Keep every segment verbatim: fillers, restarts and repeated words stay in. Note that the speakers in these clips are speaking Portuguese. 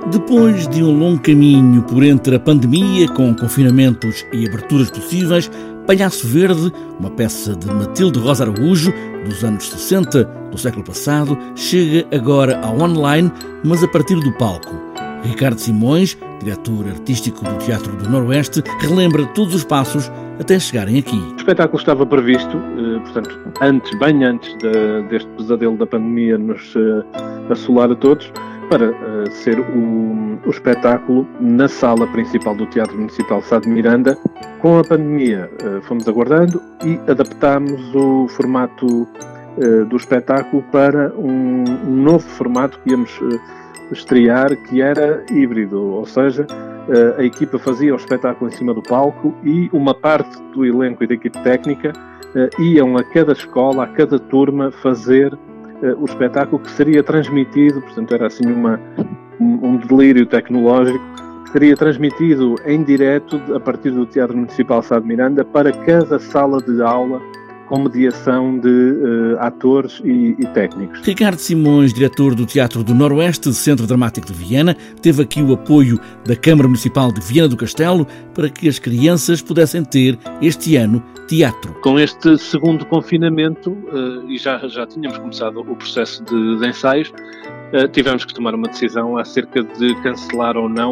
Depois de um longo caminho por entre a pandemia, com confinamentos e aberturas possíveis, Palhaço Verde, uma peça de Matilde Rosa Araújo, dos anos sessenta do século passado, chega agora ao online, mas a partir do palco. Ricardo Simões, diretor artístico do Teatro do Noroeste, relembra todos os passos até chegarem aqui. O espetáculo estava previsto, portanto, antes, bem antes de, deste pesadelo da pandemia nos assolar a todos, para uh, ser o, o espetáculo na sala principal do Teatro Municipal Sá de Miranda. Com a pandemia uh, fomos aguardando e adaptámos o formato uh, do espetáculo para um, um novo formato que íamos uh, estrear, que era híbrido, ou seja, uh, a equipa fazia o espetáculo em cima do palco e uma parte do elenco e da equipe técnica uh, iam a cada escola, a cada turma, fazer o espetáculo que seria transmitido, portanto era assim uma, um delírio tecnológico, que seria transmitido em direto a partir do Teatro Municipal Sá de Miranda para cada sala de aula, com mediação de uh, atores e, e técnicos. Ricardo Simões, diretor do Teatro do Noroeste, Centro Dramático de Viana, teve aqui o apoio da Câmara Municipal de Viana do Castelo para que as crianças pudessem ter este ano teatro. Com este segundo confinamento, uh, e já, já tínhamos começado o processo de, de ensaios, uh, tivemos que tomar uma decisão acerca de cancelar ou não,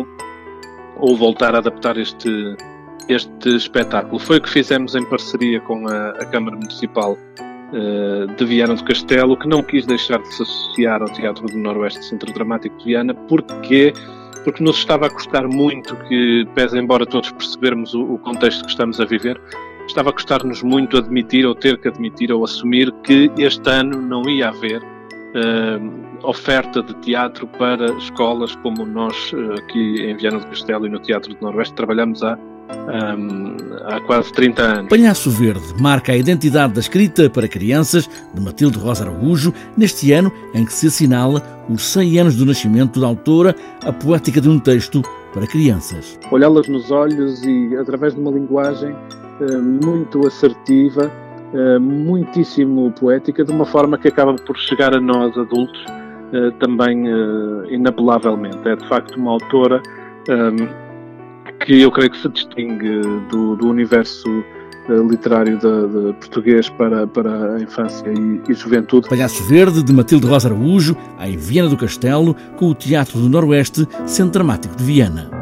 ou voltar a adaptar este este espetáculo. Foi o que fizemos em parceria com a, a Câmara Municipal uh, de Viana do Castelo, que não quis deixar de se associar ao Teatro do Noroeste, Centro Dramático de Viana. Porquê? Porque nos estava a custar muito, que pese embora todos percebermos o, o contexto que estamos a viver, estava a custar-nos muito admitir, ou ter que admitir, ou assumir que este ano não ia haver uh, oferta de teatro para escolas como nós uh, aqui em Viana do Castelo e no Teatro do Noroeste trabalhamos há Um, há quase trinta anos. Palhaço Verde marca a identidade da escrita para crianças de Matilde Rosa Araújo, neste ano em que se assinala os cem anos do nascimento da autora, a poética de um texto para crianças. Olhá-las nos olhos e através de uma linguagem uh, muito assertiva, uh, muitíssimo poética, de uma forma que acaba por chegar a nós adultos uh, também uh, inapelavelmente. É de facto uma autora um, que eu creio que se distingue do, do universo uh, literário de, de português para, para a infância e, e juventude. Palhaço Verde, de Matilde Rosa Araújo, em Viana do Castelo, com o Teatro do Noroeste, Centro Dramático de Viana.